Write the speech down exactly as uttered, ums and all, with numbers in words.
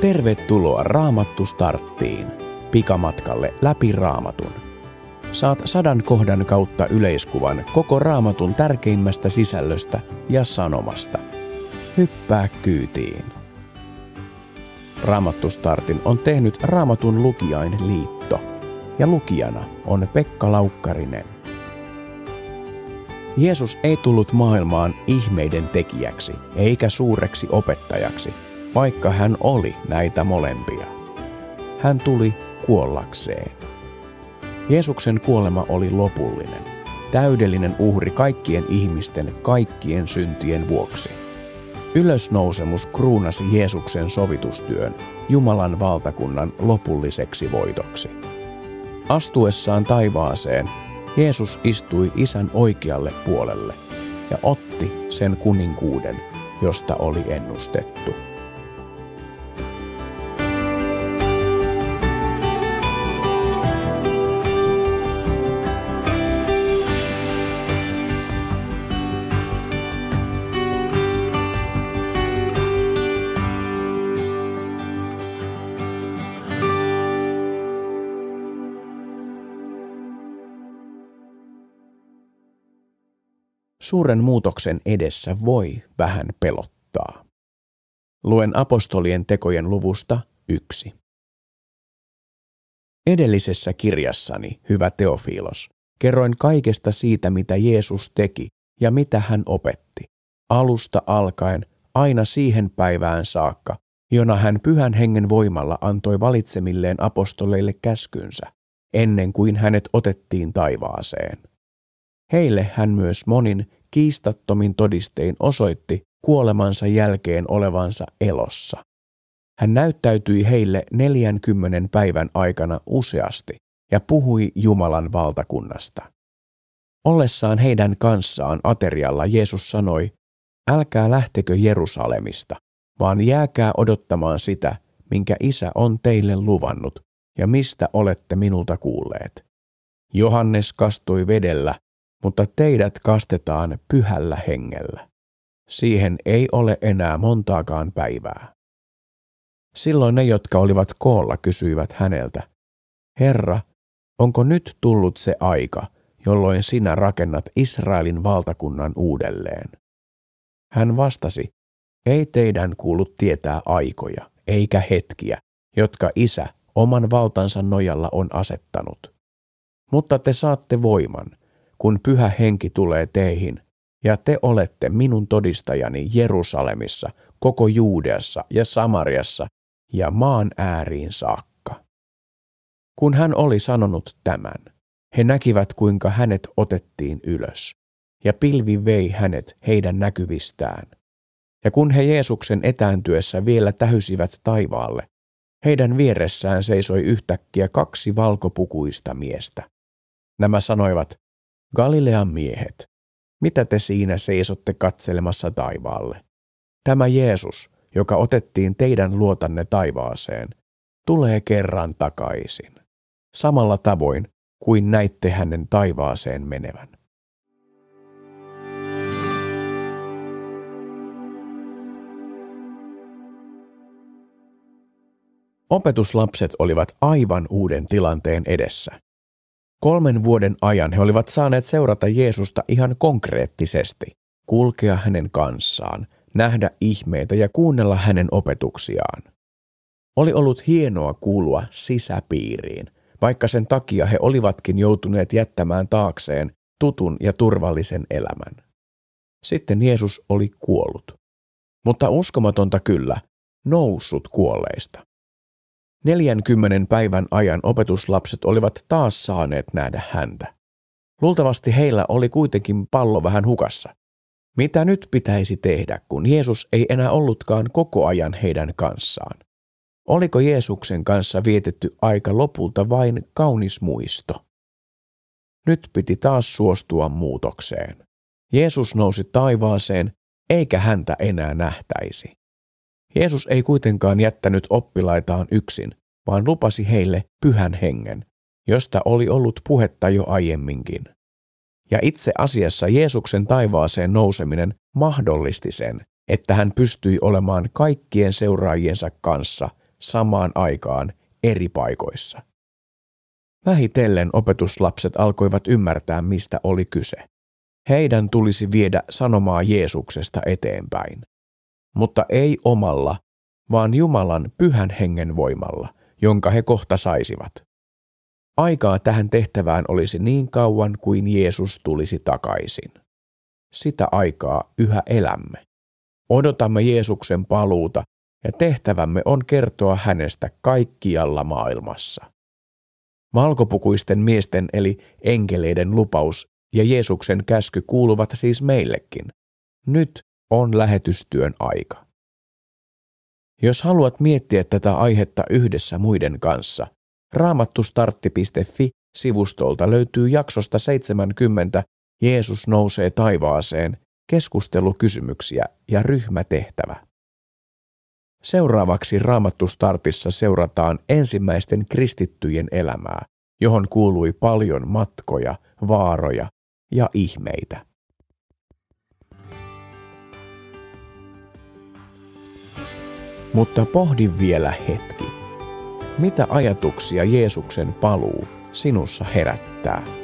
Tervetuloa Raamattu Starttiin, pikamatkalle läpi Raamatun. Saat sadan kohdan kautta yleiskuvan koko Raamatun tärkeimmästä sisällöstä ja sanomasta. Hyppää kyytiin. Raamattu Startin on tehnyt Raamatun lukijain liitto ja lukijana on Pekka Laukkarinen. Jeesus ei tullut maailmaan ihmeiden tekijäksi eikä suureksi opettajaksi, vaikka hän oli näitä molempia. Hän tuli kuollakseen. Jeesuksen kuolema oli lopullinen, täydellinen uhri kaikkien ihmisten kaikkien syntien vuoksi. Ylösnousemus kruunasi Jeesuksen sovitustyön Jumalan valtakunnan lopulliseksi voitoksi. Astuessaan taivaaseen Jeesus istui Isän oikealle puolelle ja otti sen kuninkuuden, josta oli ennustettu. Suuren muutoksen edessä voi vähän pelottaa. Luen apostolien tekojen luvusta yksi. Edellisessä kirjassani, hyvä Teofilos, kerroin kaikesta siitä, mitä Jeesus teki ja mitä hän opetti, alusta alkaen aina siihen päivään saakka, jona hän Pyhän Hengen voimalla antoi valitsemilleen apostoleille käskynsä, ennen kuin hänet otettiin taivaaseen. Heille hän myös monin kiistattomin todistein osoitti kuolemansa jälkeen olevansa elossa. Hän näyttäytyi heille neljänkymmenen päivän aikana useasti ja puhui Jumalan valtakunnasta. Ollessaan heidän kanssaan aterialla Jeesus sanoi, älkää lähtekö Jerusalemista, vaan jääkää odottamaan sitä, minkä Isä on teille luvannut ja mistä olette minulta kuulleet. Johannes kastui vedellä, mutta teidät kastetaan Pyhällä Hengellä. Siihen ei ole enää montaakaan päivää. Silloin ne, jotka olivat koolla, kysyivät häneltä, Herra, onko nyt tullut se aika, jolloin sinä rakennat Israelin valtakunnan uudelleen? Hän vastasi, ei teidän kuulu tietää aikoja, eikä hetkiä, jotka Isä oman valtansa nojalla on asettanut. Mutta te saatte voiman, kun Pyhä Henki tulee teihin, ja te olette minun todistajani Jerusalemissa, koko Juudeassa ja Samariassa ja maan ääriin saakka. Kun hän oli sanonut tämän, he näkivät, kuinka hänet otettiin ylös, ja pilvi vei hänet heidän näkyvistään. Ja kun he Jeesuksen etääntyessä vielä tähysivät taivaalle, heidän vieressään seisoi yhtäkkiä kaksi valkopukuista miestä. Nämä sanoivat, Galilean miehet, mitä te siinä seisotte katselemassa taivaalle? Tämä Jeesus, joka otettiin teidän luotanne taivaaseen, tulee kerran takaisin, samalla tavoin kuin näitte hänen taivaaseen menevän. Opetuslapset olivat aivan uuden tilanteen edessä. Kolmen vuoden ajan he olivat saaneet seurata Jeesusta ihan konkreettisesti, kulkea hänen kanssaan, nähdä ihmeitä ja kuunnella hänen opetuksiaan. Oli ollut hienoa kuulua sisäpiiriin, vaikka sen takia he olivatkin joutuneet jättämään taakseen tutun ja turvallisen elämän. Sitten Jeesus oli kuollut, mutta uskomatonta kyllä, noussut kuolleista. Neljänkymmenen päivän ajan opetuslapset olivat taas saaneet nähdä häntä. Luultavasti heillä oli kuitenkin pallo vähän hukassa. Mitä nyt pitäisi tehdä, kun Jeesus ei enää ollutkaan koko ajan heidän kanssaan? Oliko Jeesuksen kanssa vietetty aika lopulta vain kaunis muisto? Nyt piti taas suostua muutokseen. Jeesus nousi taivaaseen, eikä häntä enää nähtäisi. Jeesus ei kuitenkaan jättänyt oppilaitaan yksin, vaan lupasi heille Pyhän Hengen, josta oli ollut puhetta jo aiemminkin. Ja itse asiassa Jeesuksen taivaaseen nouseminen mahdollisti sen, että hän pystyi olemaan kaikkien seuraajiensa kanssa samaan aikaan eri paikoissa. Vähitellen opetuslapset alkoivat ymmärtää, mistä oli kyse. Heidän tulisi viedä sanomaa Jeesuksesta eteenpäin, mutta ei omalla, vaan Jumalan pyhän hengen voimalla, jonka he kohta saisivat. Aikaa tähän tehtävään olisi niin kauan kuin Jeesus tulisi takaisin. Sitä aikaa yhä elämme. Odotamme Jeesuksen paluuta ja tehtävämme on kertoa hänestä kaikkialla maailmassa. Valkopukuisten miesten eli enkeleiden lupaus ja Jeesuksen käsky kuuluvat siis meillekin. Nyt on lähetystyön aika. Jos haluat miettiä tätä aihetta yhdessä muiden kanssa, raamattustartti piste fi-sivustolta löytyy jaksosta seitsemänkymmentä Jeesus nousee taivaaseen, keskustelukysymyksiä ja ryhmätehtävä. Seuraavaksi Raamattustartissa seurataan ensimmäisten kristittyjen elämää, johon kuului paljon matkoja, vaaroja ja ihmeitä. Mutta pohdi vielä hetki. Mitä ajatuksia Jeesuksen paluu sinussa herättää?